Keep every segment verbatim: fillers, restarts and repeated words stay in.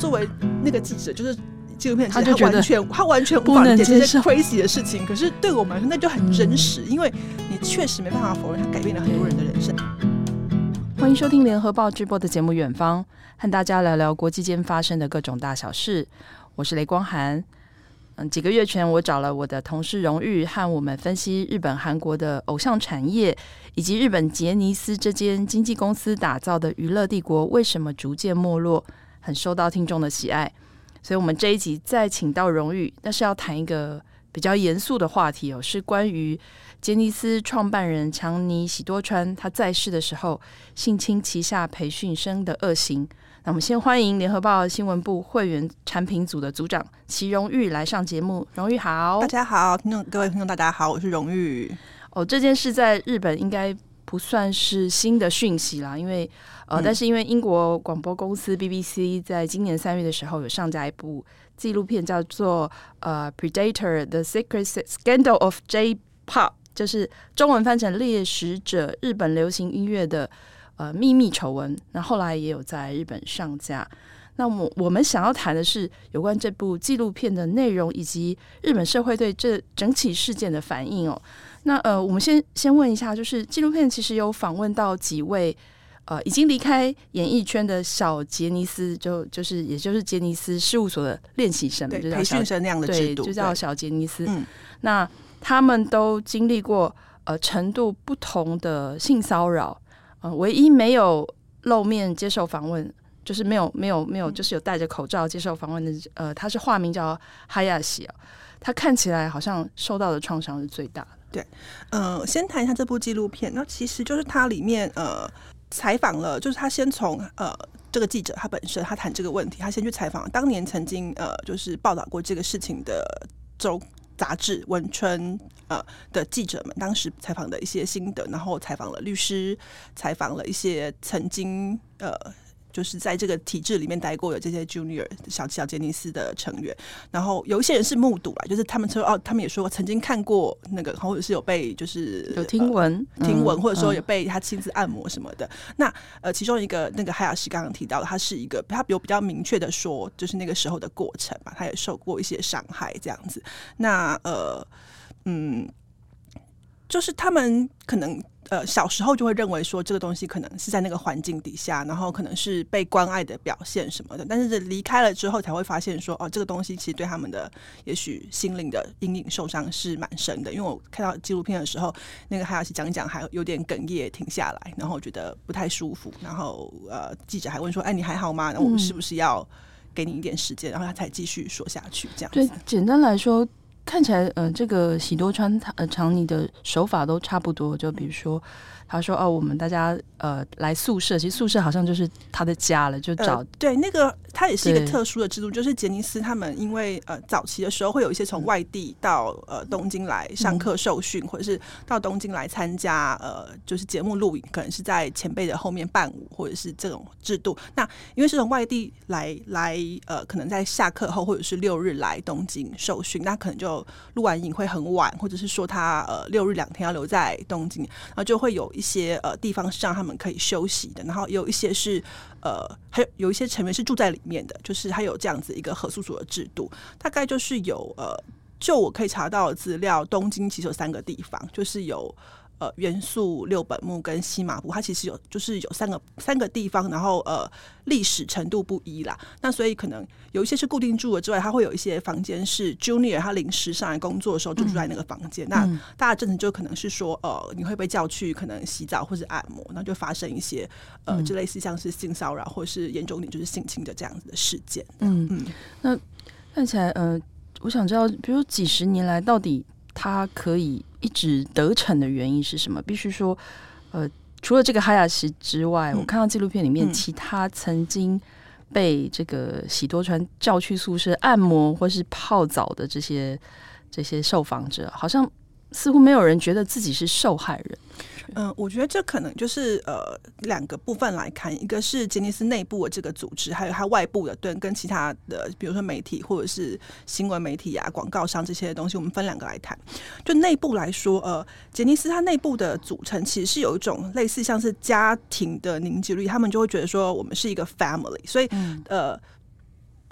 作为那个记者，就是纪录片记者， 他就觉得他完全他完全无法理解这些 crazy 的事情。可是对我们来说，那就很真实，嗯、因为你确实没办法否认，它改变了很多人的人生。 欢迎收听联合报直播的节目《远方》，和大家聊聊国际间发生的各种大小事。我是雷光涵。嗯，几个月前我找了我的同事荣誉，和我们分析日本、韩国的偶像产业，以及日本杰尼斯这间经纪公司打造的娱乐帝国为什么逐渐没落，很受到听众的喜爱。所以我们这一集再请到荣誉，但是要谈一个比较严肃的话题哦，是关于杰尼斯创办人强尼喜多川他在世的时候性侵旗下培训生的恶行。那我们先欢迎联合报新闻部会员产品组的组长齐荣誉来上节目。荣誉好。 大家好，听众各位听众大家好，我是荣誉。 哦，这件事在日本应该不算是新的讯息啦，因为呃，嗯、但是因为英国广播公司 B B C 在今年三月的时候有上架一部纪录片，叫做呃 Predator: The Secret Scandal of J-Pop， 就是中文翻成猎食者日本流行音乐的呃秘密丑闻。那后来也有在日本上架。那我我们想要谈的是有关这部纪录片的内容，以及日本社会对这整起事件的反应哦。那呃，我们先先问一下，就是纪录片其实有访问到几位呃已经离开演艺圈的小杰尼斯，就就是也就是杰尼斯事务所的练习生， 对，培训生那样的制度， 对，就叫小杰尼斯。 嗯， 那他们都经历过呃程度不同的性骚扰，呃，唯一没有露面接受访问，就是没有没有没有，就是有戴着口罩接受访问的，呃，他是化名叫哈亚西啊，他看起来好像受到的创伤是最大的。 对，呃，先谈一下这部纪录片。那其实就是它里面呃采访了，就是他先从呃这个记者他本身他谈这个问题，他先去采访当年曾经呃就是报道过这个事情的周杂志文春呃的记者们，当时采访的一些心得，然后采访了律师，采访了一些曾经呃。就是在这个体制里面待过的这些 junior 小小杰尼斯的成员，然后有一些人是目睹啦，就是他们说哦，他们也说曾经看过那个，或者是有被就是有听闻、 呃、听闻，或者说有被他亲自按摩什么的。嗯、那呃，其中一个那个海雅西刚刚提到的，他是一个他有比较明确的说，就是那个时候的过程嘛，他也受过一些伤害这样子。那呃嗯，就是他们可能。呃，小时候就会认为说这个东西可能是在那个环境底下，然后可能是被关爱的表现什么的，但是离开了之后才会发现说，哦，这个东西其实对他们的也许心灵的阴影受伤是蛮深的。因为我看到纪录片的时候，那个海雅西讲一讲还有点哽咽停下来，然后我觉得不太舒服，然后呃，记者还问说，哎，你还好吗？那我们是不是要给你一点时间？然后他才继续说下去，这样子。 对，简单来说。看起来，呃，这个喜多川呃强尼的手法都差不多。就比如说，他说：“哦，我们大家呃来宿舍，其实宿舍好像就是他的家了，就找、呃、 对那个，它也是一个特殊的制度，就是杰尼斯他们因为呃早期的时候会有一些从外地到呃东京来上课受训、嗯，或者是到东京来参加呃就是节目录影，可能是在前辈的后面伴舞，或者是这种制度。那因为是从外地来来呃，可能在下课后或者是六日来东京受训，那可能就录完影会很晚，或者是说他呃六日两天要留在东京，然后就会有一些呃地方是让他们可以休息的，然后有一些是呃还有有一些成员是住在里面的，就是他有这样子一个合宿所的制度，大概就是有呃就我可以查到的资料，东京其实有三个地方，就是有。呃，元素、六本木跟西马部，它其实有就是有三个三个地方，然后呃历史程度不一啦。那所以可能有一些是固定住的之外，它会有一些房间是 junior 他临时上来工作的时候就住在那个房间。嗯、那大家真的就可能是说，呃，你会被叫去可能洗澡或是按摩，然后就发生一些呃，就类似像是性骚扰或是严重点就是性侵的这样子的事件。 嗯嗯，那看起来呃，我想知道，比如几十年来到底。他可以一直得逞的原因是什么？必须说，呃，除了这个哈亚西之外，嗯、我看到纪录片里面，嗯、其他曾经被这个喜多川叫去宿舍按摩或是泡澡的这些这些受访者，好像似乎没有人觉得自己是受害人。 嗯，我觉得这可能就是呃两个部分来看，一个是杰尼斯内部的这个组织，还有它外部的对跟其他的，比如说媒体或者是新闻媒体啊、广告商这些东西，我们分两个来谈。就内部来说，呃，杰尼斯它内部的组成其实是有一种类似像是家庭的凝聚力，他们就会觉得说我们是一个 family， 所以、嗯、呃。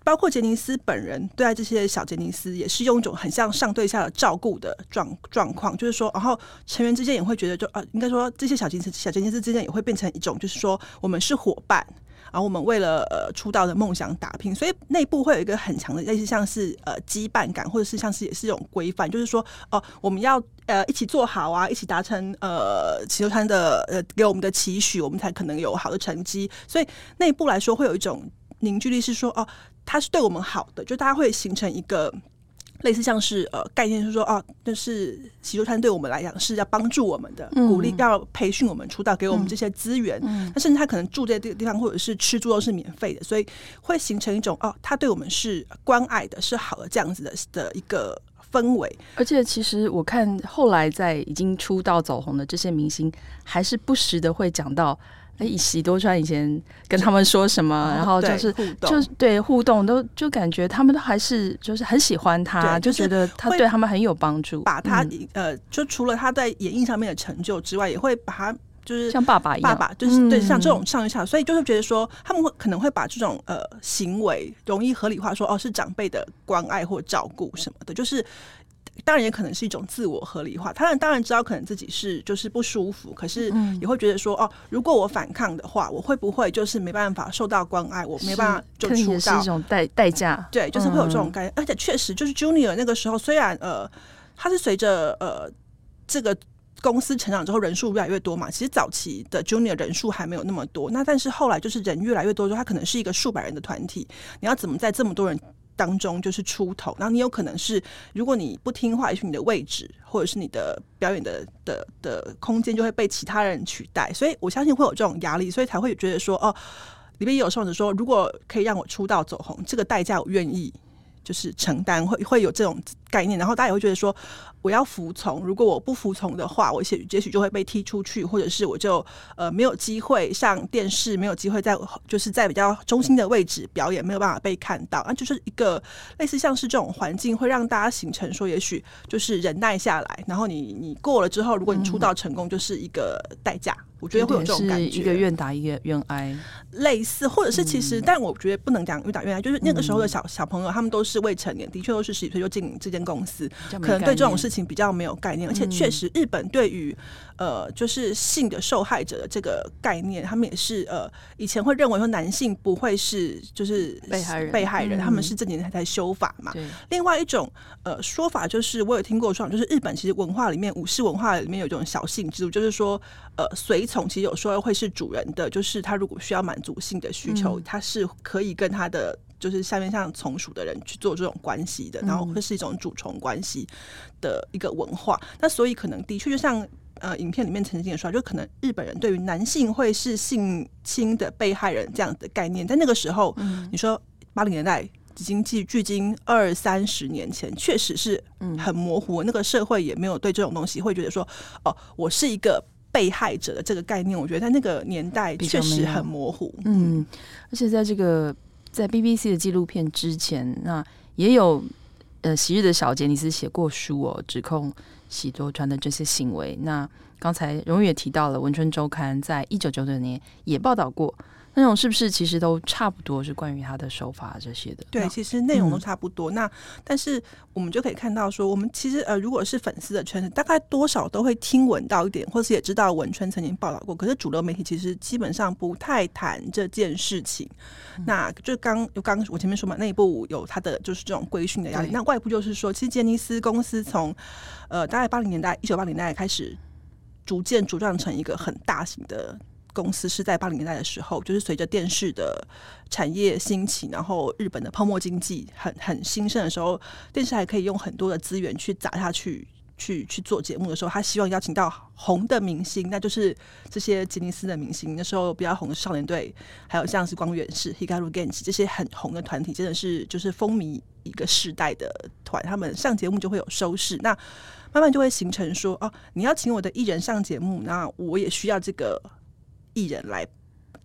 包括杰尼斯本人对待这些小杰尼斯也是用一种很像上对下的照顾的状状况，就是说，然后成员之间也会觉得就，呃，应该说这些小杰尼斯小杰尼斯之间也会变成一种，就是说我们是伙伴。然后我们为了呃出道的梦想打拼，所以内部会有一个很强的类似像是呃羁绊感，或者是像是也是一种规范，就是说哦、呃、我们要呃一起做好啊，一起达成呃喜球团的呃给我们的期许，我们才可能有好的成绩。所以内部来说会有一种凝聚力，是说哦他是对我们好的，就大家会形成一个。类似像是呃概念是说哦，就是喜球团对我们来讲是要帮助我们的，嗯、鼓励要培训我们出道，给我们这些资源。那、嗯、甚至他可能住在这个地方，或者是吃住都是免费的，所以会形成一种哦，他对我们是关爱的，是好的这样子的的一个氛围。 而且其实我看后来在已经出道走红的这些明星，还是不时的会讲到。哎，喜多川以前跟他们说什么，哦、然后就是就对互动都就感觉他们都还是就是很喜欢他，就觉得他对他们很有帮助。 把他、嗯、呃，就除了他在演艺上面的成就之外，也会把他就是像爸爸一样， 爸爸就是、嗯、对像这种上一下，所以就是觉得说他们会可能会把这种呃行为容易合理化说，说哦是长辈的关爱或照顾什么的，就是。当然也可能是一种自我合理化，当然当然知道可能自己是就是不舒服，可是也会觉得说、嗯、哦，如果我反抗的话，我会不会就是没办法受到关爱，我没办法就出道， 也是一种代代价， 对，就是会有这种概念、嗯、而且确实就是 Junior 那个时候虽然呃，他是随着呃这个公司成长之后人数越来越多嘛，其实早期的 Junior 人数还没有那么多，那但是后来就是人越来越多之后，他可能是一个数百人的团体，你要怎么在这么多人当中就是出头，然后你有可能是如果你不听话，也许你的位置或者是你的表演的的的空间就会被其他人取代，所以我相信会有这种压力，所以才会觉得说哦，里面也有受者说，如果可以让我出道走红，这个代价我愿意就是承担，会会有这种概念，然后大家也会觉得说我要服从，如果我不服从的话，我也许就会被踢出去，或者是我就呃没有机会上电视，没有机会在就是在比较中心的位置表演，没有办法被看到，那就是一个类似像是这种环境会让大家形成说，也许就是忍耐下来，然后你你过了之后，如果你出道成功，就是一个代价。嗯我觉得会有这种感觉， 是一个愿打一个愿挨， 类似，或者是其实，嗯、但我觉得不能讲愿打愿挨，就是那个时候的小、嗯、小朋友，他们都是未成年，的确都是十几岁就进这间公司，可能对这种事情比较没有概念，而且确实日本对于呃就是性的受害者的这个概念，他们也是呃以前会认为说男性不会是就是被害人， 被害人，嗯、他们是这几年才修法嘛。另外一种呃说法就是我有听过说，就是日本其实文化里面武士文化里面有一种小性制度，就是说呃随从其实有时候会是主人的，就是他如果需要满足性的需求，嗯、他是可以跟他的就是下面像从属的人去做这种关系的，然后会是一种主从关系的一个文化。嗯、那所以可能的确就像呃影片里面曾经也说，就可能日本人对于男性会是性侵的被害人这样的概念，在那个时候，嗯、你说八零年代。已经距今二三十年前，确实是很模糊。嗯、那个社会也没有对这种东西会觉得说，哦，我是一个被害者的这个概念，我觉得在那个年代确实很模糊。 嗯，而且在这个在 B B C 的纪录片之前，那也有呃昔日的小杰尼斯写过书哦，指控喜多川的这些行为。那刚才荣誉也提到了，文春周刊在一九九九年也报道过。那种是不是其实都差不多是关于他的手法这些的？ 对，其实内容都差不多。嗯、那但是我们就可以看到说，我们其实呃，如果是粉丝的圈子，大概多少都会听闻到一点，或是也知道文春曾经报道过。可是主流媒体其实基本上不太谈这件事情。嗯、那就刚就刚我前面说嘛，内部有他的就是这种规训的压力。那外部就是说，其实杰尼斯公司从呃大概八零年代一九八零年代开始，逐渐茁壮成一个很大型的。公司是在八零年代的时候，就是随着电视的产业兴起，然后日本的泡沫经济很很兴盛的时候，电视台可以用很多的资源去砸下去，去去做节目的时候，他希望邀请到红的明星，那就是这些杰尼斯的明星。那时候比较红的少年队，还有像是光源氏、Hikaru Genchi 这些很红的团体，真的是就是风靡一个世代的团，他们上节目就会有收视。那慢慢就会形成说，哦，你要请我的艺人上节目，那我也需要这个。艺人来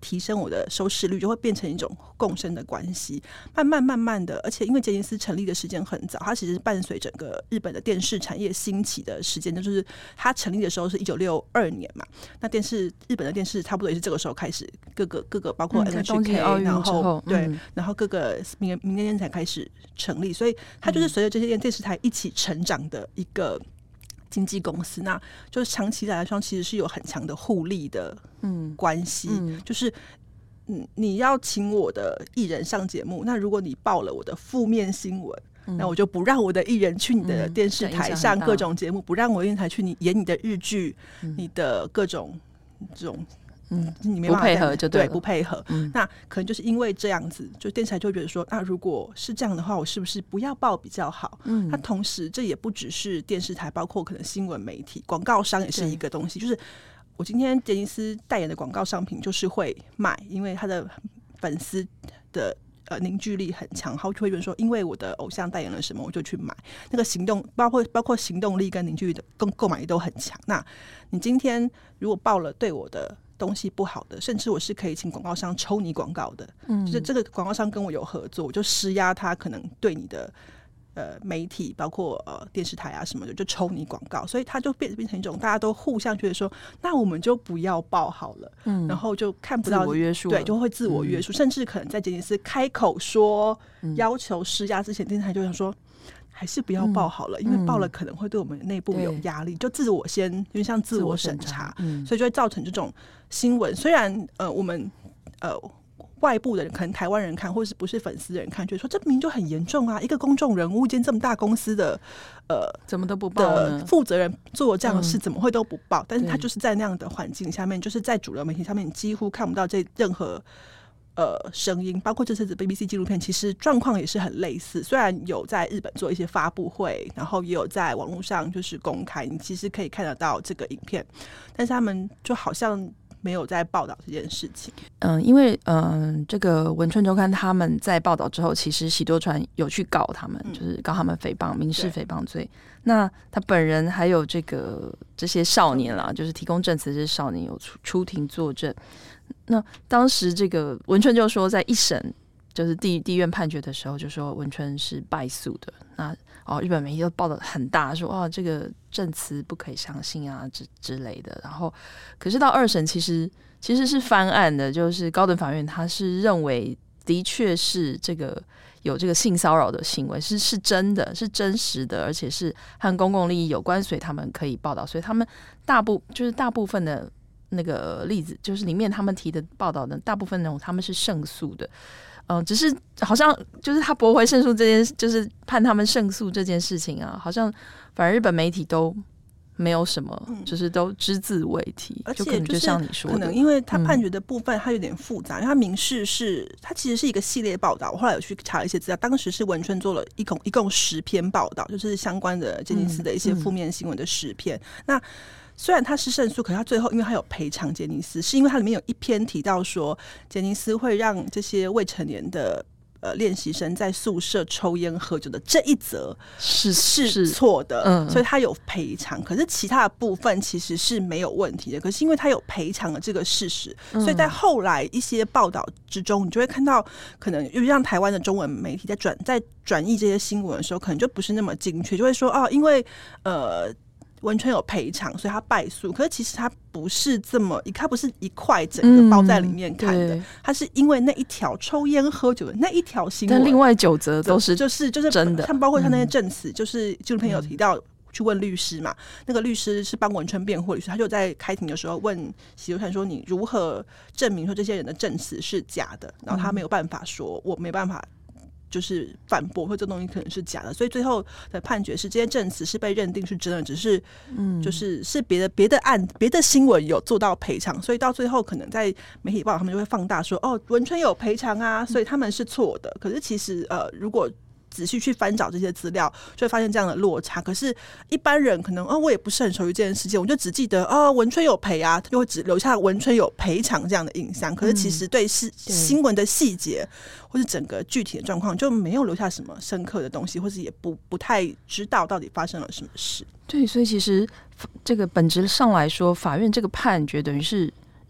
提升我的收视率，就会变成一种共生的关系。慢慢慢慢的，而且因为杰尼斯成立的时间很早，它其实伴随整个日本的电视产业兴起的时间，就是它成立的时候是一九六二年嘛。那电视日本的电视差不多也是这个时候开始，各个各个包括 N H K，、嗯、然后、嗯、对，然后各个民民间电视台开始成立，所以它就是随着这些电视台一起成长的一个经纪公司。那就是长期来说其实是有很强的互利的关系、嗯嗯、就是嗯，你要请我的艺人上节目，那如果你报了我的负面新闻、嗯、那我就不让我的艺人去你的电视台上各种节目、嗯、不让我的电视台去你演你的日剧、嗯、你的各种这种嗯，你没办法不配合就 对, 对不配合、嗯、那可能就是因为这样子，就电视台就会觉得说，那如果是这样的话，我是不是不要报比较好？嗯，那同时这也不只是电视台，包括可能新闻媒体、广告商也是一个东西。就是我今天杰尼斯代言的广告商品就是会卖，因为他的粉丝的呃凝聚力很强，他就会觉得说，因为我的偶像代言了什么，我就去买。那个行动，包括包括行动力跟凝聚力的购购买力都很强。那你今天如果报了对我的东西不好的，甚至我是可以请广告商抽你广告的、嗯、就是这个广告商跟我有合作，我就施压他可能对你的呃媒体包括呃电视台啊什么的就抽你广告，所以他就 变, 变成一种大家都互相觉得说，那我们就不要报好了、嗯、然后就看不到自我约束， 对，就会自我约束、嗯、甚至可能在杰尼斯开口说要求施压之前、嗯、电视台就想说还是不要报好了、嗯、因为报了可能会对我们内部有压力、嗯、就自我先因为像自我审查、嗯、所以就会造成这种新闻。虽然呃我们呃外部的人可能台湾人看或是不是粉丝的人看，觉得说这明明就很严重啊，一个公众人物兼这么大公司的呃怎么都不报呢？ 负责人做这样的事怎么会都不报、嗯、但是他就是在那样的环境下面，就是在主流媒体上面你几乎看不到这任何呃，声音，包括这次的 B B C 纪录片，其实状况也是很类似。虽然有在日本做一些发布会，然后也有在网络上就是公开，你其实可以看得到这个影片，但是他们就好像没有在报道这件事情。 嗯，因为嗯，这个文春周刊他们在报道之后，其实喜多川有去告他们，嗯、就是告他们诽谤、民事诽谤罪。那他本人还有这个这些少年啦，就是提供证词的这些少年有出出庭作证。那当时这个文春就说，在一审就是地地院判决的时候，就说文春是败诉的。那哦，日本媒体都报得很大，说哇，这个证词不可以相信啊之之类的。然后，可是到二审其实其实是翻案的，就是高等法院他是认为的确是这个有这个性骚扰的行为是是真的，是真实的，而且是和公共利益有关，所以他们可以报道。所以他们大部就是大部分的。那个例子就是里面他们提的报道的大部分内容他们是胜诉的，嗯、呃，只是好像就是他驳回胜诉这件，就是判他们胜诉这件事情啊，好像反而日本媒体都没有什么，嗯、就是都只字未提， 而且就可能就像你说的， 可能因为他判决的部分它有点复杂，嗯、因为他民事是它其实是一个系列报道，我后来有去查了一些资料，当时是文春做了一共一共十篇报道，就是相关的杰尼斯的一些负面新闻的十篇，嗯嗯、那。虽然他是胜诉，可是他最后因为他有赔偿杰尼斯，是因为他里面有一篇提到说杰尼斯会让这些未成年的呃练习生在宿舍抽烟喝酒的这一则是是错的，嗯，所以他有赔偿。可是其他的部分其实是没有问题的，可是因为他有赔偿的这个事实，所以在后来一些报道之中，你就会看到可能又让台湾的中文媒体在转在转译这些新闻的时候，可能就不是那么精确，就会说哦，因为呃。文春有赔偿，所以他败诉。可是其实他不是这么，他不是一块整个包在里面看的，他、嗯、是因为那一条抽烟喝酒的那一条新闻， 但另外九则都是就是就是真的，像包括他那些证词，嗯、就是纪录片有提到。去问律师嘛，那个律师是帮文春辩护律师，他就在开庭的时候问喜多川说：“你如何证明说这些人的证词是假的？”然后他没有办法说，我没办法。就是反驳说这东西可能是假的，所以最后的判决是这些证词是被认定是真的，只是就是是别的别的案别的新闻有做到赔偿，所以到最后可能在媒体报道他们就会放大说哦文春有赔偿啊，所以他们是错的。可是其实呃如果仔细去翻找这些资料，就会发现这样的落差。可是一般人可能哦，我也不是很熟悉这件事情，我就只记得哦，文春有赔啊，就会只留下文春有赔偿这样的印象。可是其实对是、嗯、新闻的细节或是整个具体的状况，就没有留下什么深刻的东西，或是也不不太知道到底发生了什么事。 对，所以其实这个本质上来说，法院这个判决等于是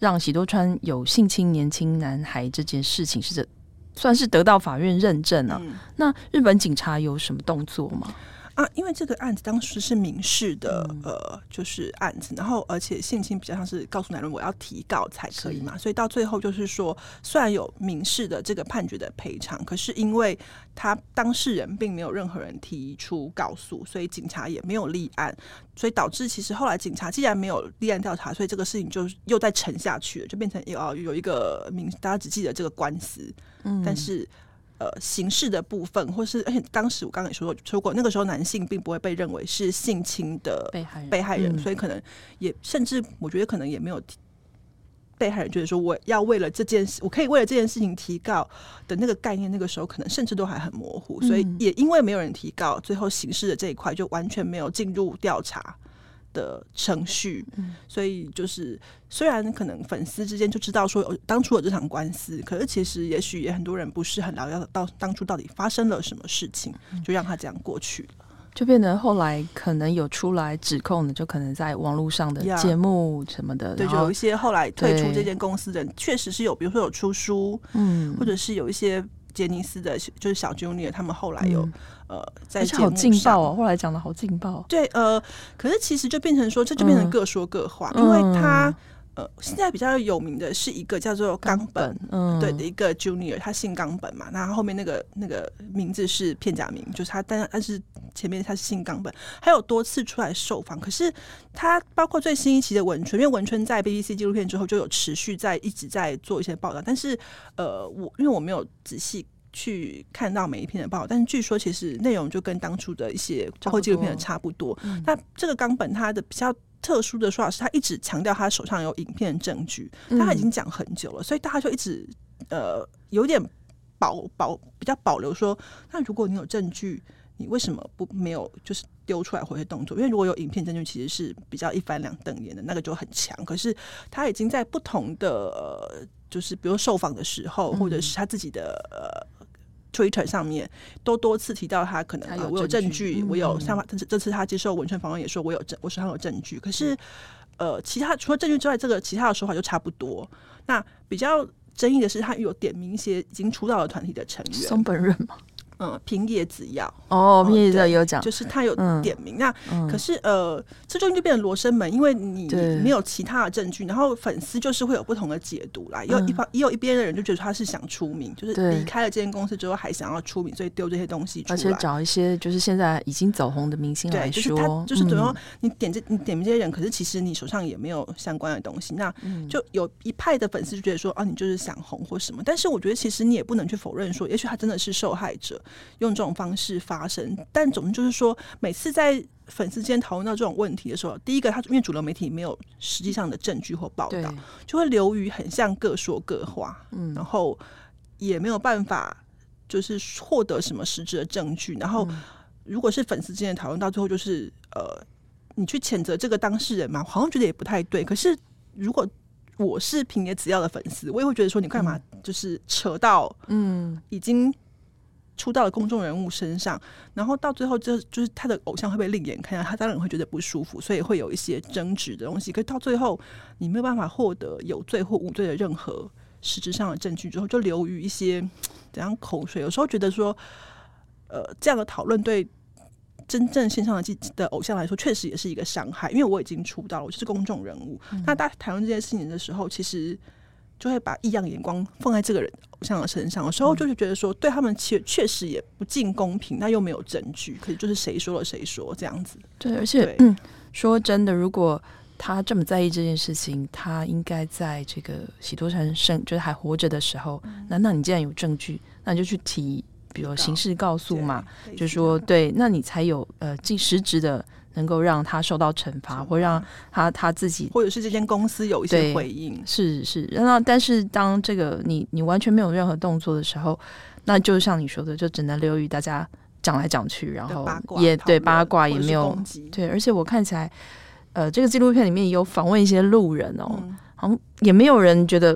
让喜多川有性侵年轻男孩这件事情是算是得到法院认证啊、嗯、那日本警察有什么动作吗？ 啊，因为这个案子当时是民事的、嗯、呃，就是案子，然后而且性侵比较像是告诉男人我要提告才可以嘛，所以到最后就是说，虽然有民事的这个判决的赔偿，可是因为他当事人并没有任何人提出告诉，所以警察也没有立案，所以导致其实后来警察既然没有立案调查，所以这个事情就又再沉下去了，就变成有有一个民大家只记得这个官司，嗯，但是。呃，刑事的部分，或是而且当时我刚才也说过，说过那个时候男性并不会被认为是性侵的被害人，被害人、嗯、所以可能也甚至我觉得可能也没有被害人觉得说我要为了这件事，我可以为了这件事情提告的那个概念，那个时候可能甚至都还很模糊，所以也因为没有人提告，最后刑事的这一块就完全没有进入调查的程序、嗯、所以就是虽然可能粉丝之间就知道说当初有这场官司，可是其实也许也很多人不是很了解到当初到底发生了什么事情，就让他这样过去了， 就变成后来可能有出来指控的，就可能在网络上的节目什么的， yeah, 对，就有一些后来退出这间公司的人确实是有，比如说有出书，嗯，或者是有一些杰尼斯的就是小 Junior 他们后来有、嗯呃，在节目上好劲爆哦！后来讲的好劲爆， 对，呃，可是其实就变成说，这就变成各说各话，嗯、因为他呃，现在比较有名的是一个叫做冈本，嗯，对的一个 Junior， 他姓冈本嘛，那后面那个那个名字是片假名，就是他，但但是前面他是姓冈本，还有多次出来受访，可是他包括最新一期的文春，因为文春在 B B C 纪录片之后就有持续在一直在做一些报道，但是呃，我因为我没有仔细去看到每一篇的报道，但是据说其实内容就跟当初的一些包括纪录片的差不多。嗯、那这个冈本他的比较特殊的说法是，他一直强调他手上有影片证据，他已经讲很久了，所以大家就一直呃有点保保比较保留说，那如果你有证据，你为什么不没有就是丢出来回去动作？因为如果有影片证据，其实是比较一翻两瞪眼的，那个就很强。可是他已经在不同的呃，就是比如受访的时候，或者是他自己的呃。Twitter 上面都多次提到他可能他有、呃、我有证据，嗯、我有像这这次他接受文春访问也说我有证，我手上有证据。可是呃，其他除了证据之外，这个其他的说法就差不多。那比较争议的是，他有点名一些已经出道的团体的成员， 松本润嘛。 嗯，平野紫耀哦，平野紫耀有讲， 就是他有点名。嗯、那、嗯、可是呃，这就就变成罗生门，因为你没有其他的证据，然后粉丝就是会有不同的解读啦。也有一方、嗯、也有一边的人就觉得他是想出名，就是离开了这间公司之后还想要出名，所以丢这些东西出来， 而且找一些就是现在已经走红的明星来说， 对，就是他就是怎么样、嗯、你点这你点名这些人，可是其实你手上也没有相关的东西，那就有一派的粉丝就觉得说，哦，你就是想红或什么。但是我觉得其实你也不能去否认说，也许他真的是受害者，用这种方式。方式发生，但总之就是说，每次在粉丝间讨论到这种问题的时候，第一个，他因为主流媒体没有实际上的证据或报道，就会流于很像各说各话，嗯，然后也没有办法就是获得什么实质的证据。然后，如果是粉丝之间的讨论，到最后就是呃，你去谴责这个当事人嘛，好像觉得也不太对。可是如果我是平野紫耀的粉丝，我也会觉得说，你干嘛就是扯到嗯，已经。出到了公众人物身上，然后到最后就就是他的偶像会被另眼看，他当然会觉得不舒服，所以会有一些争执的东西。可是到最后，你没有办法获得有罪或无罪的任何实质上的证据之后，就流于一些怎样口水。有时候觉得说，呃，这样的讨论对真正线上的的偶像来说，确实也是一个伤害。因为我已经出道了，我就是公众人物。嗯、那大家谈论这件事情的时候，其实。就会把异样眼光放在这个人偶像的身上，有时候就是觉得说，对他们确确实也不尽公平，那又没有证据，可是就是谁说了谁说这样子。 对，而且嗯，说真的，如果他这么在意这件事情，他应该在这个喜多川生就是还活着的时候，嗯、那那你既然有证据，那你就去提，比如刑事告诉嘛，就说对，那你才有呃尽实质的。能够让他受到惩罚，或让他他自己， 或者是这间公司有一些回应， 是是。那但是当这个你你完全没有任何动作的时候，那就像你说的，就只能流于大家讲来讲去，然后也对八卦也没有对。而且我看起来，呃，这个纪录片里面也有访问一些路人哦，嗯、好像也没有人觉得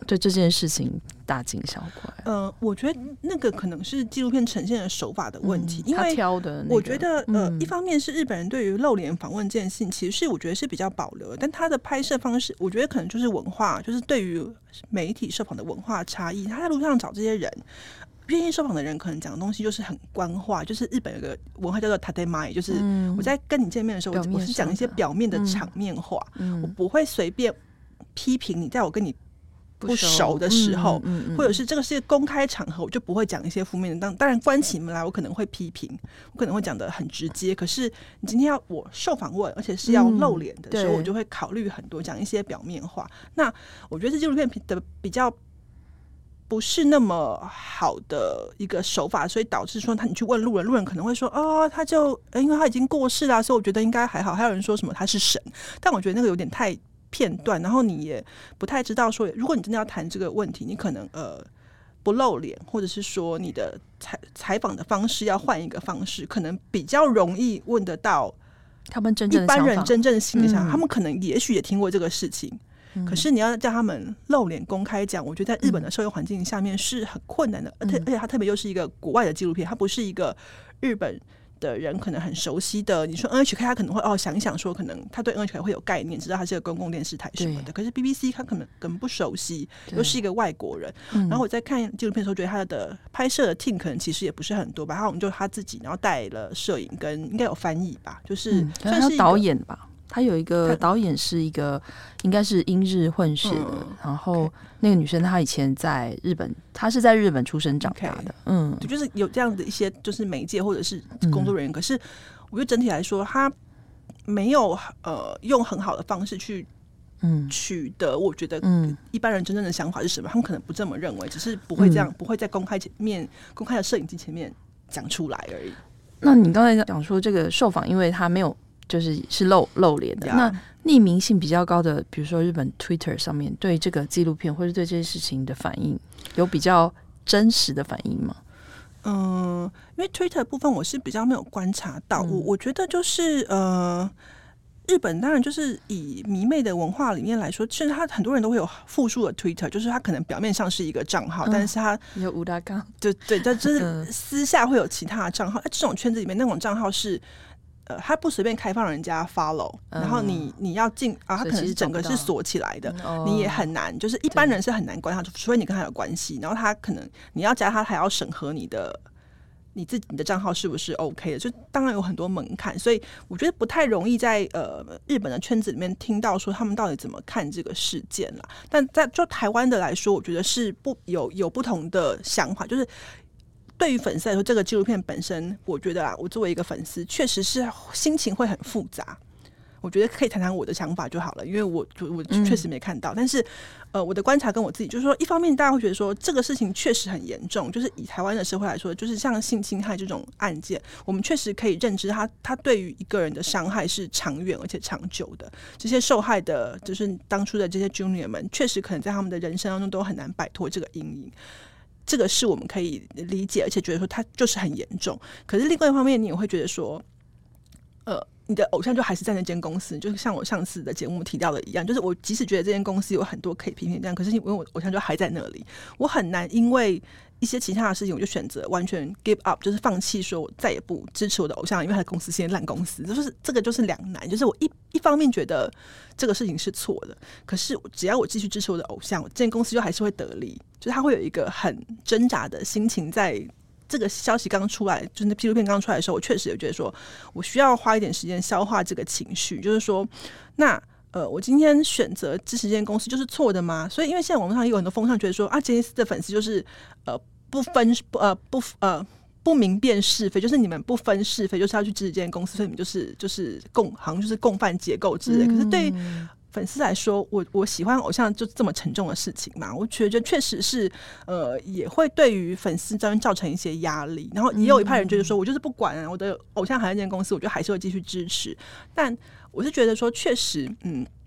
对这件事情大惊小怪？ 呃，我觉得那个可能是纪录片呈现的手法的问题，嗯、因为他挑的、那个， 我觉得呃、 嗯， 一方面是日本人对于露脸访问这件事情，其实是我觉得是比较保留的，但他的拍摄方式，我觉得可能就是文化，就是对于媒体受访的文化差异。他在路上找这些人。愿意受访的人可能讲的东西就是很官话，就是日本有个文化叫做 tatemae， 就是我在跟你见面的时候，嗯、我是讲一些表面的场面话，嗯、我不会随便批评你，在我跟你不熟的时候，嗯嗯嗯、或者是这个是公开场合，我就不会讲一些负面的。当当然关起门来，我可能会批评，我可能会讲得很直接。可是你今天要我受访问，而且是要露脸的时候，嗯、我就会考虑很多，讲一些表面话。那我觉得这纪录片的比较。不是那么好的一个手法，所以导致说他你去问路人，路人可能会说哦，他就因为他已经过世了，所以我觉得应该还好。还有人说什么他是神，但我觉得那个有点太片段，然后你也不太知道说，如果你真的要谈这个问题，你可能呃不露脸，或者是说你的采采访的方式要换一个方式，可能比较容易问得到他们真正的一般人真正的心理想法， 嗯、 他们可能也许也听过这个事情。可是你要叫他们露脸公开讲，我觉得在日本的社会环境下面是很困难的，嗯、而且而且它特别又是一个国外的纪录片，它不是一个日本的人可能很熟悉的。你说 N H K， 他可能会哦想一想说，可能他对 N H K 会有概念，知道它是个公共电视台什么的。可是 B B C 他可能根本不熟悉，又是一个外国人。然后我在看纪录片的时候，觉得他的拍摄的 team 可能其实也不是很多吧，他我们就他自己，然后带了摄影跟应该有翻译吧，就是算是导演吧。他有一个导演是一个应该是英日混血的，嗯、然后那个女生她以前在日本，她是在日本出生长大的， okay, 嗯，就是有这样的一些就是媒介或者是工作人员，嗯、可是我觉得整体来说，他没有呃用很好的方式去嗯取得，我觉得一般人真正的想法是什么，他们可能不这么认为，只是不会这样，嗯、不会在公开前面公开的摄影机前面讲出来而已。 那你刚才讲说这个受访，因为他没有。就是是露露脸的， yeah. 那匿名性比较高的，比如说日本 Twitter 上面对这个纪录片或者对这些事情的反应，有比较真实的反应吗？ 嗯，因为 Twitter 的部分我是比较没有观察到，嗯、我我觉得就是呃，日本当然就是以迷妹的文化里面来说，甚至他很多人都会有复数的 Twitter， 就是他可能表面上是一个账号，嗯、但是他有五大杠， 对对，这就是私下会有其他的账号。这种圈子里面那种账号是。呃，他不随便开放人家 follow，嗯、然后你你要进啊，他可能是整个是锁起来的，嗯、你也很难，就是一般人是很难关他，除非你跟他有关系，然后他可能你要加他，还要审核你的你自己的账号是不是 OK 的，就当然有很多门槛，所以我觉得不太容易在呃日本的圈子里面听到说他们到底怎么看这个事件啦。但在就台湾的来说，我觉得是不有有不同的想法，就是。对于粉丝来说，这个纪录片本身，我觉得啊，我作为一个粉丝，确实是心情会很复杂。我觉得可以谈谈我的想法就好了，因为我我确实没看到。嗯、但是，呃，我的观察跟我自己就是说，一方面大家会觉得说这个事情确实很严重，就是以台湾的社会来说，就是像性侵害这种案件，我们确实可以认知它，它对于一个人的伤害是长远而且长久的。这些受害的，就是当初的这些 junior 们，确实可能在他们的人生当中都很难摆脱这个阴影。这个是我们可以理解，而且觉得说它就是很严重。可是另外一方面，你也会觉得说，呃，你的偶像就还是在那间公司，就是像我上次的节目提到的一样，就是我即使觉得这间公司有很多可以批评这样，可是因为我偶像就还在那里，我很难因为一些其他的事情，我就选择完全 give up， 就是放弃，说我再也不支持我的偶像，因为他的公司是间烂公司，就是这个就是两难。就是我一一方面觉得这个事情是错的，可是只要我继续支持我的偶像，这间公司就还是会得利，就是他会有一个很挣扎的心情在。这个消息刚出来，就是那纪录片刚出来的时候，我确实有觉得说，我需要花一点时间消化这个情绪，就是说，那呃，我今天选择支持这间公司就是错的吗？所以，因为现在网络上也有很多风向，觉得说啊，杰尼斯的粉丝就是呃不分呃不呃不明辨是非，就是你们不分是非，就是要去支持这间公司，所以你们就是就是共好像就是共犯结构之类。可是对于粉丝来说，我我喜欢偶像就这么沉重的事情嘛？我觉得确实是，呃，也会对于粉丝这边造成一些压力。然后也有一派人觉得说，我就是不管啊，我的偶像还在这间公司，我觉得还是会继续支持。但我是觉得说，确实，嗯，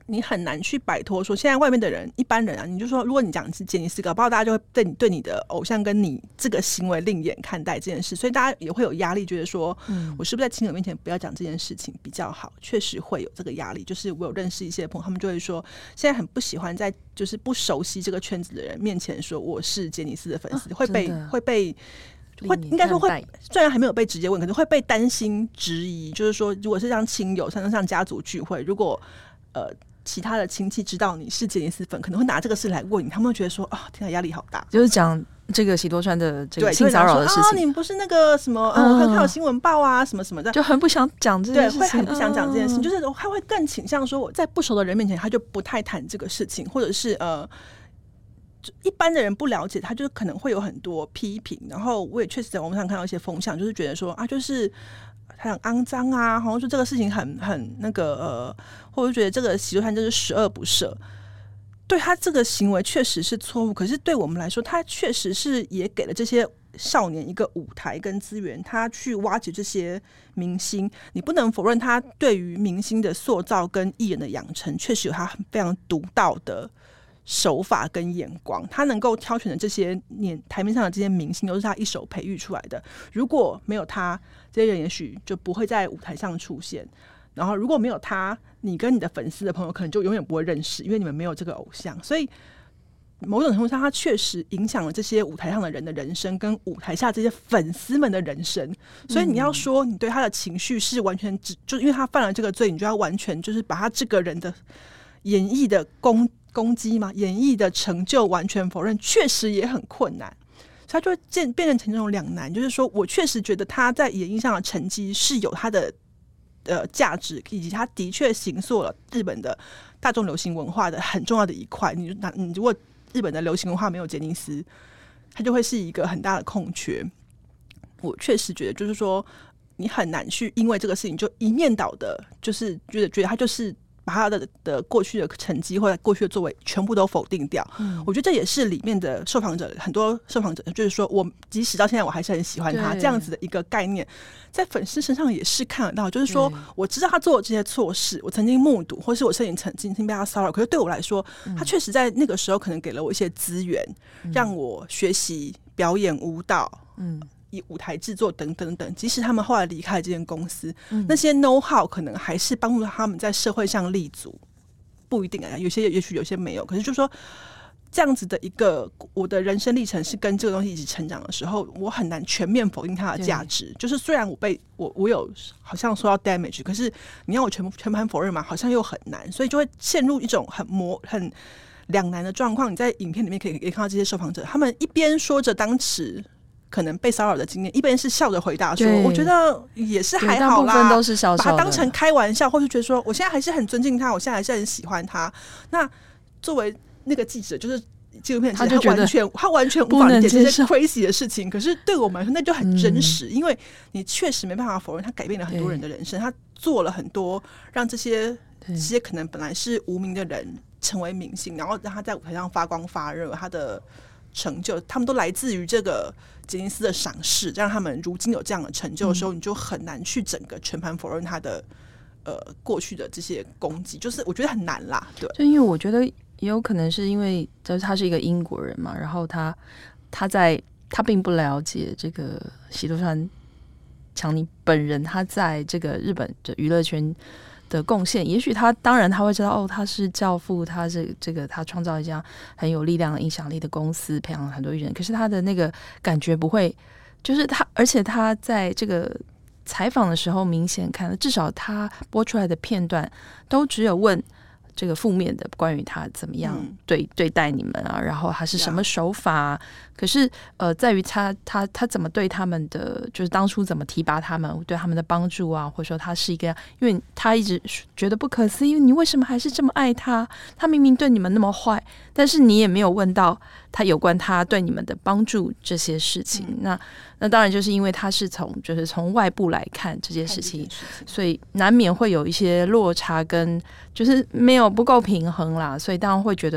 你很难去摆脱说现在外面的人一般人啊，你就说如果你讲是杰尼斯，搞不好大家就会对你对你的偶像跟你这个行为另眼看待这件事，所以大家也会有压力，觉得说、嗯、我是不是在亲友面前不要讲这件事情比较好，确实会有这个压力。就是我有认识一些朋友，他们就会说现在很不喜欢在就是不熟悉这个圈子的人面前说我是杰尼斯的粉丝、啊、会被会被会应该说会，虽然还没有被直接问，可能会被担心质疑，就是说如果是像亲友像像家族聚会，如果呃其他的亲戚知道你是杰尼斯粉，可能会拿这个事来问你，他们会觉得说啊，天啊，压力好大， 就是讲这个喜多川的这个性骚扰的事情啊，你们不是那个什么，嗯，看有新闻报啊，什么什么的， 就很不想讲这件事情， 对，会很不想讲这件事情，嗯、就是他会更倾向说我在不熟的人面前，他就不太谈这个事情，或者是呃。一般的人不了解他，就是可能会有很多批评，然后我也确实在网上看到一些风向，就是觉得说啊，就是他很肮脏啊，好像说这个事情很很那个呃，或者觉得这个喜多川就是十恶不赦。对他这个行为确实是错误，可是对我们来说，他确实是也给了这些少年一个舞台跟资源，他去挖掘这些明星。你不能否认他对于明星的塑造跟艺人的养成，确实有他非常独到的手法跟眼光，他能够挑选的这些年台面上的这些明星都是他一手培育出来的，如果没有他，这些人也许就不会在舞台上出现，然后如果没有他，你跟你的粉丝的朋友可能就永远不会认识，因为你们没有这个偶像。所以某种程度上他确实影响了这些舞台上的人的人生跟舞台下这些粉丝们的人生，所以你要说你对他的情绪是完全只就因为他犯了这个罪，你就要完全就是把他这个人的演绎的功攻击嘛，演绎的成就完全否认，确实也很困难，所以他就会变变成这种两难，就是说我确实觉得他在演艺上的成绩是有他的呃价值，以及他的确形塑了日本的大众流行文化的很重要的一块。你你如果日本的流行文化没有杰尼斯，它就会是一个很大的空缺。我确实觉得，就是说你很难去因为这个事情就一面倒的，就是觉得觉得他就是把他 的, 的过去的成绩或者过去的作为全部都否定掉、嗯、我觉得这也是里面的受访者很多受访者就是说我即使到现在我还是很喜欢他这样子的一个概念，在粉丝身上也是看得到，就是说我知道他做了这些错事，我曾经目睹或是我曾经曾经被他骚扰，可是对我来说、嗯、他确实在那个时候可能给了我一些资源、嗯、让我学习表演舞蹈，嗯，以舞台制作等等等，即使他们后来离开这间公司、嗯、那些 know how 可能还是帮助他们在社会上立足，不一定啊，有些也许有些没有，可是就是说这样子的一个我的人生历程是跟这个东西一起成长的时候，我很难全面否定它的价值。就是虽然我被我我有好像受到 damage， 可是你要我全全盘否认嘛，好像又很难，所以就会陷入一种很模很两难的状况。你在影片里面可以可以我看到这些受访者，他们一边说着当时可能被骚扰的经验，一边是笑着回答说我觉得也是还好啦，大部分都是笑笑的， 把它当成开玩笑，或是觉得说我现在还是很尊敬他，我现在还是很喜欢他。那作为那个记者，就是纪录片记者，他就觉得他完全他完全无法理解这些 crazy 的事情，可是对我们来说那就很真实、嗯、因为你确实没办法否认他改变了很多人的人生，他做了很多让这些这些可能本来是无名的人成为明星，然后让他在舞台上发光发热，他的成就他们都来自于这个杰尼斯的赏识，让他们如今有这样的成就的时候、嗯、你就很难去整个全盘否认他的呃过去的这些功绩，就是我觉得很难啦。对， 就因为我觉得也有可能是因为就是他是一个英国人嘛，然后他他在他并不了解这个喜多川强尼本人，他在这个日本的娱乐圈的贡献，也许他当然他会知道哦，他是教父，他是这个他创造一家很有力量、影响力的公司，培养了很多艺人。可是他的那个感觉不会，就是他，而且他在这个采访的时候，明显看了，至少他播出来的片段都只有问这个负面的，关于他怎么样对、嗯、对待你们啊，然后他是什么手法、啊，可是呃，在于他他他怎么对他们的，就是当初怎么提拔他们，对他们的帮助啊，或者说他是一个，因为他一直觉得不可思议，你为什么还是这么爱他？他明明对你们那么坏，但是你也没有问到他有关他对你们的帮助这些事情。嗯、那那当然就是因为他是从就是从外部来看这些事情，事情所以难免会有一些落差跟就是没有不够平衡啦，所以当然会觉得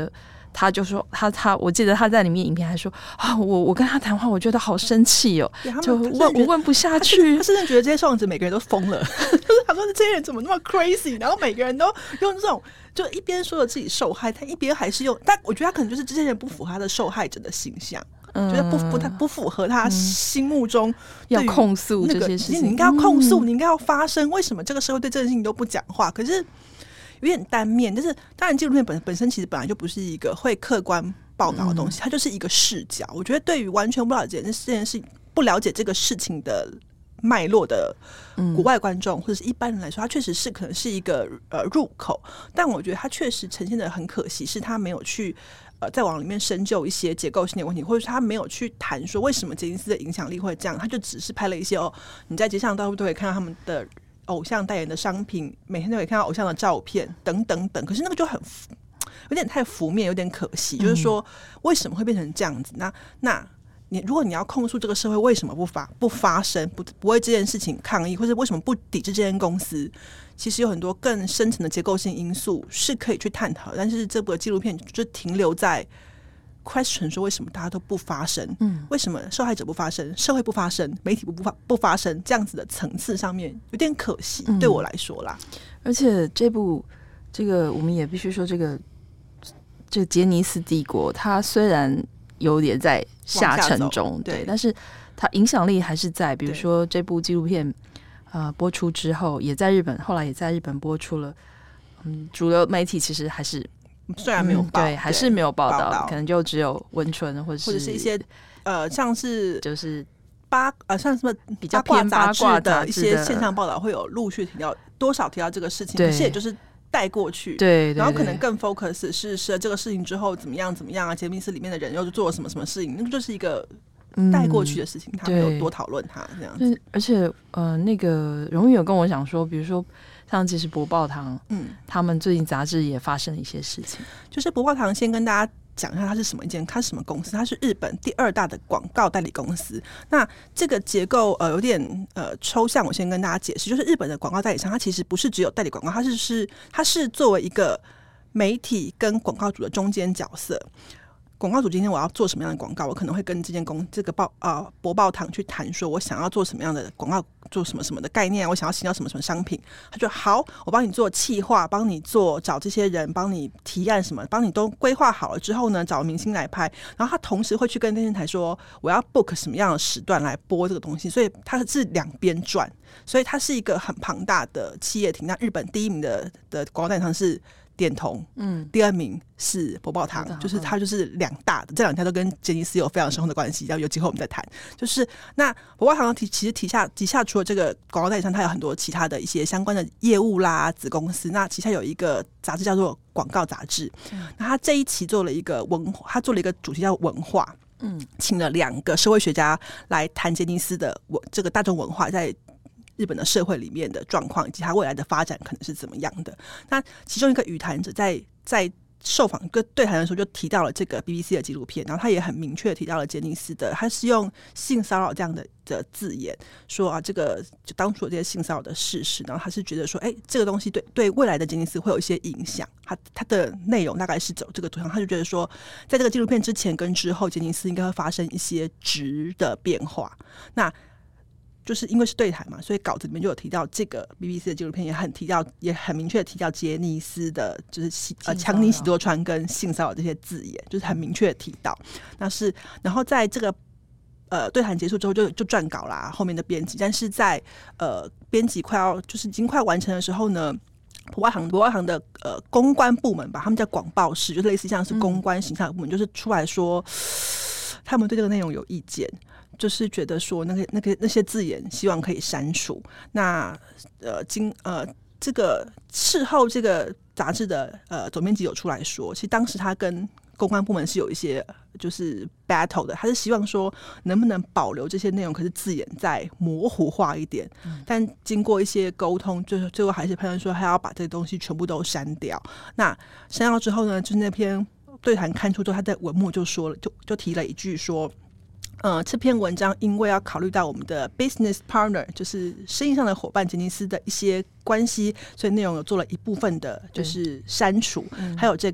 他就说他他，我记得他在里面影片还说啊，我我跟他谈话，我觉得好生气哦，就问我问不下去。 他甚至觉得这些受访者每个人都疯了，就是他说这些人怎么那么 crazy， 然后每个人都用这种就一边说了自己受害，他一边还是用，但我觉得他可能就是这些人不符合他的受害者的形象。嗯、觉得不不他不符合他心目中、嗯、 要控诉这些事情， 你应该要控诉、嗯，你应该要发声。为什么这个社会对这件事情都不讲话？可是有点单面。但是当然，纪录片本本身其实本来就不是一个会客观报道的东西，它就是一个视角。我觉得对于完全不了解这件事、不了解这个事情的脉络的国外观众、嗯、或者是一般人来说，它确实是可能是一个呃入口。但我觉得它确实呈现的很可惜，是它没有去。呃，再往里面深究一些结构性的问题，或者是他没有去谈说为什么杰尼斯的影响力会这样，他就只是拍了一些哦，你在街上都会看到他们的偶像代言的商品，每天都可以看到偶像的照片等等等。可是那个就很有点太浮面，有点可惜。嗯、就是说，为什么会变成这样子？那那你如果你要控诉这个社会为什么不发不发声，不不为这件事情抗议，或者为什么不抵制这间公司？其实有很多更深层的结构性因素是可以去探讨，但是这部纪录片就停留在 question 说为什么大家都不发声、嗯、为什么受害者不发声，社会不发声，媒体 不, 不, 发不发声，这样子的层次上面有点可惜、嗯、对我来说啦。 而且这部这个我们也必须说，这个这个杰尼斯帝国它虽然有点在下沉中， 对, 对，但是它影响力还是在，比如说这部纪录片呃，播出之后，也在日本，后来也在日本播出了。嗯，主流媒体其实还是虽然没有报、 嗯，对，还是没有报 道, 报道，可能就只有文春或者是或者是一些呃，像是就是八呃，像什么比较偏八卦的一些线上报道，会有陆续提到多少提到这个事情，可是也就是带过去， 对，对， 然后可能更 focus 是是这个事情之后怎么样怎么样啊，杰尼斯里面的人又做了什么什么事情，那个就是一个。带过去的事情，他没有多讨论它这样子。 而且，呃，那个荣誉有跟我讲说，比如说像其实博报堂，嗯，他们最近杂志也发生了一些事情。 就是博报堂，先跟大家讲一下它是什么一间，它是什么公司？它是日本第二大的广告代理公司。那这个结构呃有点呃抽象，我先跟大家解释，就是日本的广告代理商，它其实不是只有代理广告，它是是它是作为一个媒体跟广告主的中间角色。广告主今天我要做什么样的广告，我可能会跟这间公这个报啊、呃、博报堂去谈，说我想要做什么样的广告，做什么什么的概念，我想要行销什么什么商品。他就好，我帮你做企划，帮你做找这些人，帮你提案什么，帮你都规划好了之后呢，找明星来拍。然后他同时会去跟电视台说，我要 book 什么样的时段来播这个东西，所以他是两边赚，所以它是一个很庞大的企业体。那日本第一名的的广告代理商是电通，嗯，第二名是博报堂，就是它就是两大的，这两家都跟杰尼斯有非常深厚的关系，然后有机会我们再谈。就是那博报堂其实旗下旗下除了这个广告代理商，它有很多其他的一些相关的业务啦、子公司。那旗下有一个杂志叫做广告杂志，嗯、那他这一期做了一个文化，他做了一个主题叫文化，嗯，请了两个社会学家来谈杰尼斯的这个大众文化在日本的社会里面的状况，以及它未来的发展可能是怎么样的。那其中一个语谈者在在受访跟对谈的时候就提到了这个 B B C 的纪录片，然后他也很明确的提到了杰尼斯的，他是用性骚扰这样的的字眼说啊，这个就当初有这些性骚扰的事实，然后他是觉得说，哎，这个东西对对未来的杰尼斯会有一些影响。他他的内容大概是走这个走向，他就觉得说，在这个纪录片之前跟之后，杰尼斯应该会发生一些质的变化。那就是因为是对谈嘛，所以稿子里面就有提到这个 B B C 的纪录片，也很提到，也很明确的提到杰尼斯的，就是呃强尼喜多川跟性骚扰这些字眼，就是很明确的提到。那是然后在这个呃对谈结束之后就就撰稿啦，后面的编辑，但是在呃编辑快要就是已经快完成的时候呢，博报堂博报堂的呃公关部门吧，他们叫广报室，就是类似像是公关形象的部门，嗯、就是出来说他们对这个内容有意见。就是觉得说那个那个那些字眼希望可以删除。那呃经呃这个事后这个杂志的呃总编辑有出来说，其实当时他跟公关部门是有一些就是 battle 的，他是希望说能不能保留这些内容，可是字眼再模糊化一点。嗯、但经过一些沟通，最后最后还是判断说他要把这些东西全部都删掉。那删掉之后呢，就是那篇对谈刊出之后，他在文末就说了，就就提了一句说。嗯，这篇文章因为要考虑到我们的 business partner， 就是生意上的伙伴杰尼斯的一些关系，所以内容有做了一部分的就是删除，嗯、还有这个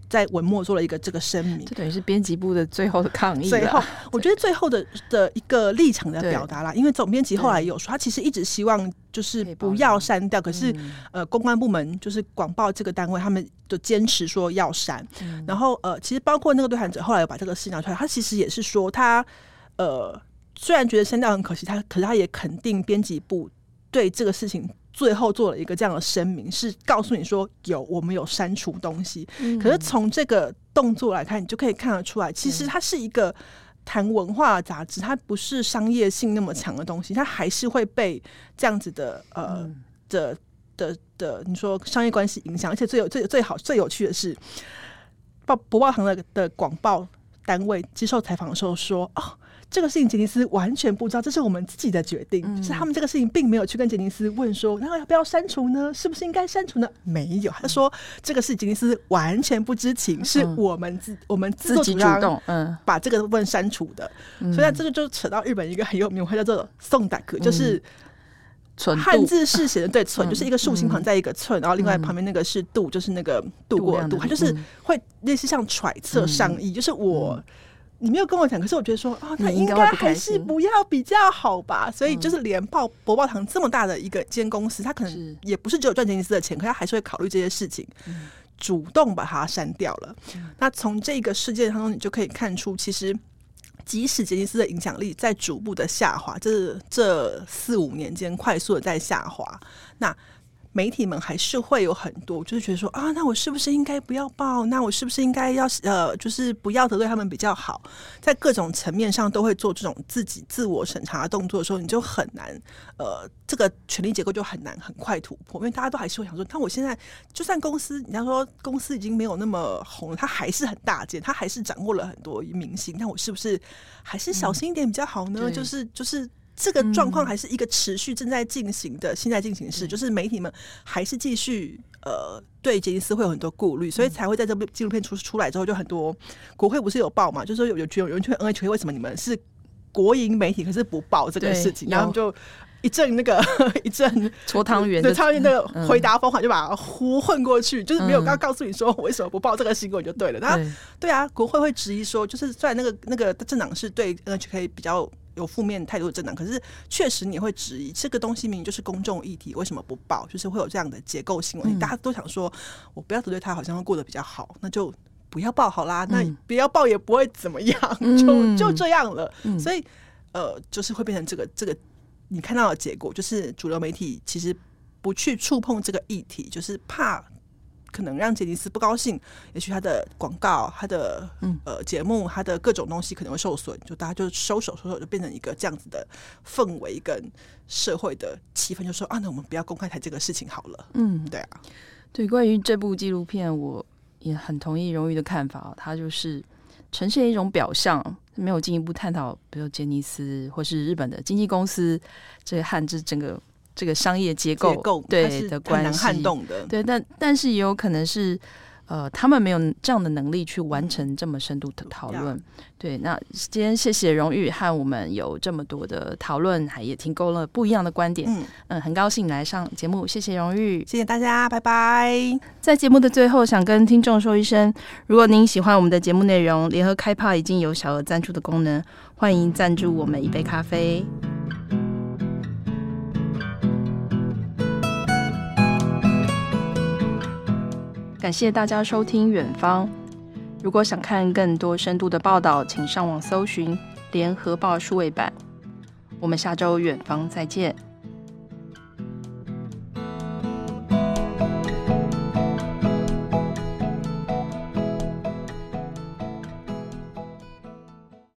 在文末做了一个这个声明， 这等于是编辑部的最后的抗议了。 最后，我觉得最后的的一个立场的表达啦，因为总编辑后来有说，他其实一直希望就是不要删掉，可是、嗯、呃，公关部门就是广报这个单位，他们就坚持说要删、嗯。然后呃，其实包括那个对谈者后来有把这个事拿出来，他其实也是说他呃，虽然觉得删掉很可惜，他可是他也肯定编辑部对这个事情。最后做了一个这样的声明，是告诉你说有我们有删除东西、嗯、可是从这个动作来看，你就可以看得出来，其实它是一个谈文化的杂志，它不是商业性那么强的东西，它还是会被这样子的呃、嗯、的的的你说商业关系影响。而且最有最最好最有趣的是，报博报堂 的, 的广报单位接受采访的时候说，哦，这个事情杰尼斯完全不知道，这是我们自己的决定、嗯、就是他们这个事情并没有去跟杰尼斯问说那要不要删除呢，是不是应该删除呢，没有，他说这个是杰尼斯完全不知情、嗯、是我们自我们自作主张把这个部分删除的、嗯、所以这个就扯到日本一个很有名的话叫做宋达克，就是汉字是写的对寸、嗯、就是一个竖心旁在一个寸、嗯、然后另外旁边那个是度，就是那个度过的度，它就是会类似像揣测上意、嗯、就是我、嗯你没有跟我讲，可是我觉得说啊，他应该还是不要比较好吧。所以就是连报博报堂这么大的一个间公司，他可能也不是只有赚杰尼斯的钱，可他还是会考虑这些事情，嗯、主动把它删掉了。嗯、那从这个事件当中，你就可以看出，其实即使杰尼斯的影响力在逐步的下滑，这这四五年间快速的在下滑，那媒体们还是会有很多就是觉得说啊，那我是不是应该不要报，那我是不是应该要呃，就是不要得罪他们比较好，在各种层面上都会做这种自己自我审查的动作的时候，你就很难呃，这个权力结构就很难很快突破，因为大家都还是会想说，那我现在就算公司，你要说公司已经没有那么红了，它还是很大件，它还是掌握了很多明星，那我是不是还是小心一点比较好呢？嗯、就是就是这个状况还是一个持续正在进行的现在进行式、嗯、就是媒体们还是继续呃对杰尼斯会有很多顾虑，所以才会在这部纪录片出出来之后，就很多国会不是有报嘛，就是说有有有人去问 N H K 为什么你们是国营媒体可是不报这个事情，然后就一阵那个一阵搓汤圆， 对，汤圆那个回答方法就把它呼混过去、嗯、就是没有刚告诉你说我为什么不报这个新闻就对了。那 对, 对啊，国会会质疑说，就是虽然那个那个政党是对 N H K 比较有负面态度的政党，可是确实你会质疑这个东西明明就是公众议题，为什么不报？就是会有这样的结构性问题、嗯、大家都想说我不要得罪他好像会过得比较好，那就不要报好啦，那不要报也不会怎么样、嗯、就就这样了、嗯、所以呃，就是会变成这个这个你看到的结果，就是主流媒体其实不去触碰这个议题，就是怕可能让杰尼斯不高兴，也许他的广告、他的、嗯、呃节目、他的各种东西可能会受损，就大家就收手收手，就变成一个这样子的氛围跟社会的气氛，就说啊，那我们不要公开谈这个事情好了。嗯，对啊， 对，关于这部纪录片，我也很同意荣誉的看法，它就是呈现一种表象，没有进一步探讨，比如杰尼斯或是日本的经纪公司这个和这整个。这个商业结构, 结构对的关系，很难撼动的，对，但但是也有可能是，呃，他们没有这样的能力去完成这么深度的讨论。对，那今天谢谢荣誉和我们有这么多的讨论，还也提供了不一样的观点。嗯嗯，很高兴来上节目，谢谢荣誉， 谢谢大家，拜拜。 在节目的最后，想跟听众说一声，如果您喜欢我们的节目内容，联合开趴已经有小额赞助的功能，欢迎赞助我们一杯咖啡。感谢大家收听远方，如果想看更多深度的报道，请上网搜寻联合报数位版。我们下周远方再见。